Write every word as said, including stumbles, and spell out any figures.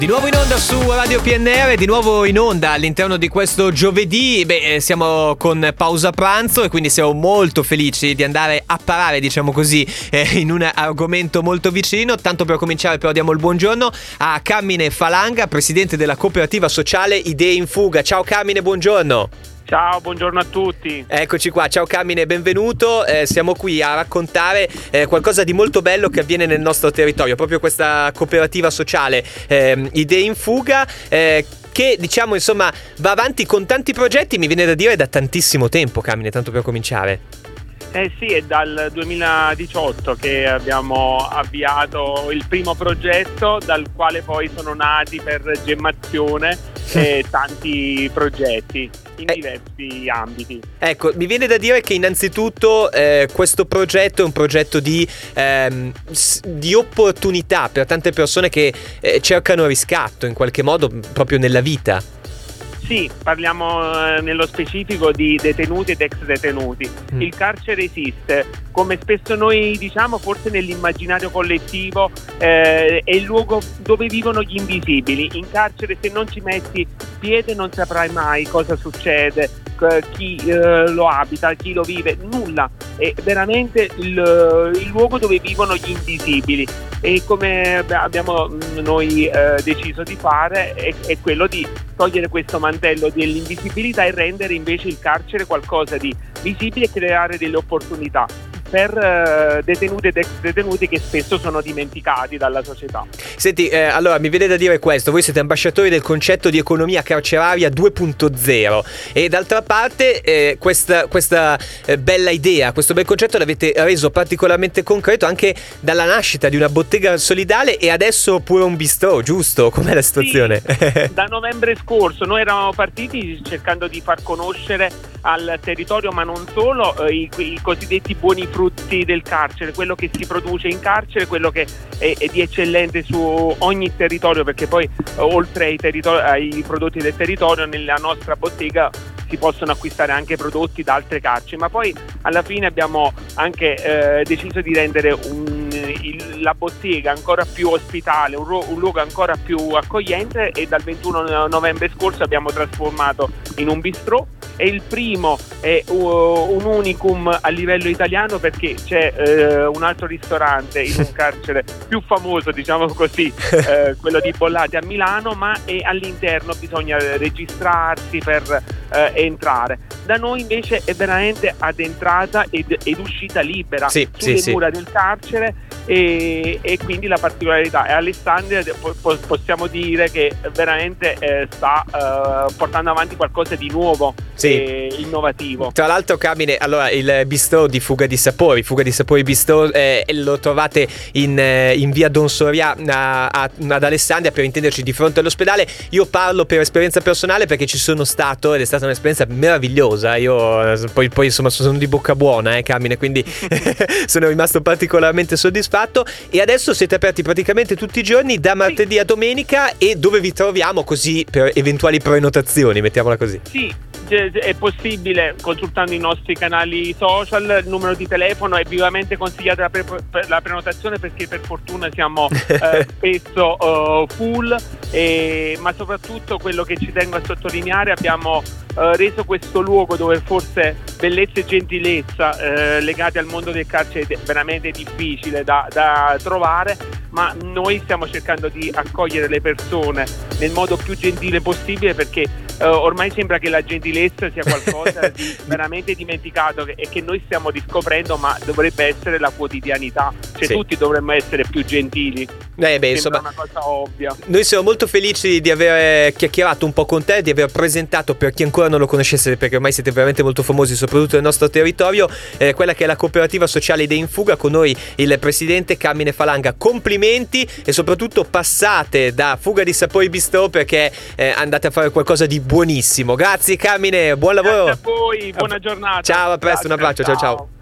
Di nuovo in onda su Radio P N R, di nuovo in onda all'interno di questo giovedì. Beh, siamo con pausa pranzo e quindi siamo molto felici di andare a parare, diciamo così, eh, in un argomento molto vicino. Tanto per cominciare però diamo il buongiorno a Carmine Falanga, presidente della cooperativa sociale Idee in Fuga. Ciao Carmine, buongiorno. Ciao, buongiorno a tutti. Eccoci qua, ciao Carmine, benvenuto. Eh, siamo qui a raccontare eh, qualcosa di molto bello che avviene nel nostro territorio, proprio questa cooperativa sociale eh, Idee in Fuga, eh, che diciamo insomma va avanti con tanti progetti, mi viene da dire da tantissimo tempo, Carmine, tanto per cominciare. Eh sì, è dal duemiladiciotto che abbiamo avviato il primo progetto, dal quale poi sono nati per gemmazione eh, tanti progetti in eh, diversi ambiti. Ecco, mi viene da dire che innanzitutto eh, questo progetto è un progetto di, ehm, di opportunità per tante persone che eh, cercano riscatto in qualche modo proprio nella vita. Sì, parliamo eh, nello specifico di detenuti ed ex detenuti. Mm. Il carcere esiste, come spesso noi diciamo, forse nell'immaginario collettivo eh, è il luogo dove vivono gli invisibili. In carcere se non ci metti piede non saprai mai cosa succede, chi eh, lo abita, chi lo vive, nulla. È veramente il, il luogo dove vivono gli invisibili. E come abbiamo noi eh, deciso di fare è, è quello di togliere questo mantello dell'invisibilità e rendere invece il carcere qualcosa di visibile e creare delle opportunità per uh, detenuti ed ex detenuti che spesso sono dimenticati dalla società. Senti, eh, allora mi viene da dire questo: voi siete ambasciatori del concetto di economia carceraria due punto zero e d'altra parte eh, questa, questa eh, bella idea, questo bel concetto l'avete reso particolarmente concreto anche dalla nascita di una bottega solidale e adesso pure un bistrò, giusto? Com'è la situazione? Sì, da novembre scorso noi eravamo partiti cercando di far conoscere al territorio, ma non solo, eh, i, i cosiddetti buoni frutti del carcere, quello che si produce in carcere, quello che è, è di eccellente su ogni territorio, perché poi eh, oltre ai, territori- ai prodotti del territorio nella nostra bottega si possono acquistare anche prodotti da altre carceri, ma poi alla fine abbiamo anche eh, deciso di rendere un, il, la bottega ancora più ospitale, un, ro- un luogo ancora più accogliente, e dal ventuno novembre scorso abbiamo trasformato in un bistrò. È il primo, è uh, un unicum a livello italiano, perché c'è uh, un altro ristorante in un carcere più famoso, diciamo così, uh, quello di Bollate a Milano, ma è all'interno, bisogna registrarsi per uh, entrare. Da noi invece è veramente ad entrata ed, ed uscita libera, sì, sulle sì, mura sì. del carcere, e, e quindi la particolarità è Alessandria, po- po- possiamo dire che veramente eh, sta uh, portando avanti qualcosa di nuovo, sì. E innovativo. Tra l'altro, Carmine, allora il bistrò di Fuga di Sapori, Fuga di Sapori Bistrò, eh, lo trovate in, eh, in via Don Soria a, a, ad Alessandria, per intenderci, di fronte all'ospedale. Io parlo per esperienza personale perché ci sono stato ed è stata un'esperienza meravigliosa. Io poi, poi insomma sono di bocca buona, eh, Carmine, quindi sono rimasto particolarmente soddisfatto. E adesso siete aperti praticamente tutti i giorni da martedì, sì, a domenica. E dove vi troviamo, così per eventuali prenotazioni, mettiamola così? Sì, è possibile consultando i nostri canali social. Il numero di telefono è vivamente consigliata la, pre- la prenotazione, perché per fortuna siamo eh, spesso uh, full, e, ma soprattutto quello che ci tengo a sottolineare, abbiamo uh, reso questo luogo dove forse bellezza e gentilezza eh, legate al mondo del carcere è veramente difficile da, da trovare, ma noi stiamo cercando di accogliere le persone nel modo più gentile possibile, perché uh, ormai sembra che la gentilezza sia qualcosa di veramente dimenticato e che noi stiamo riscoprendo, ma dovrebbe essere la quotidianità, cioè sì, tutti dovremmo essere più gentili. Eh beh, sembra insomma, una cosa ovvia. Noi siamo molto felici di aver chiacchierato un po' con te, di aver presentato, per chi ancora non lo conoscesse, perché ormai siete veramente molto famosi soprattutto nel nostro territorio, eh, quella che è la cooperativa sociale Idee in Fuga. Con noi il presidente Carmine Falanga. Complimenti, e soprattutto passate da Fuga di Sapori Bistrò, perché eh, andate a fare qualcosa di buonissimo. Grazie Carmine, buon lavoro. Grazie a voi, buona giornata. Ciao, a presto, Grazie, un abbraccio, ciao ciao, ciao.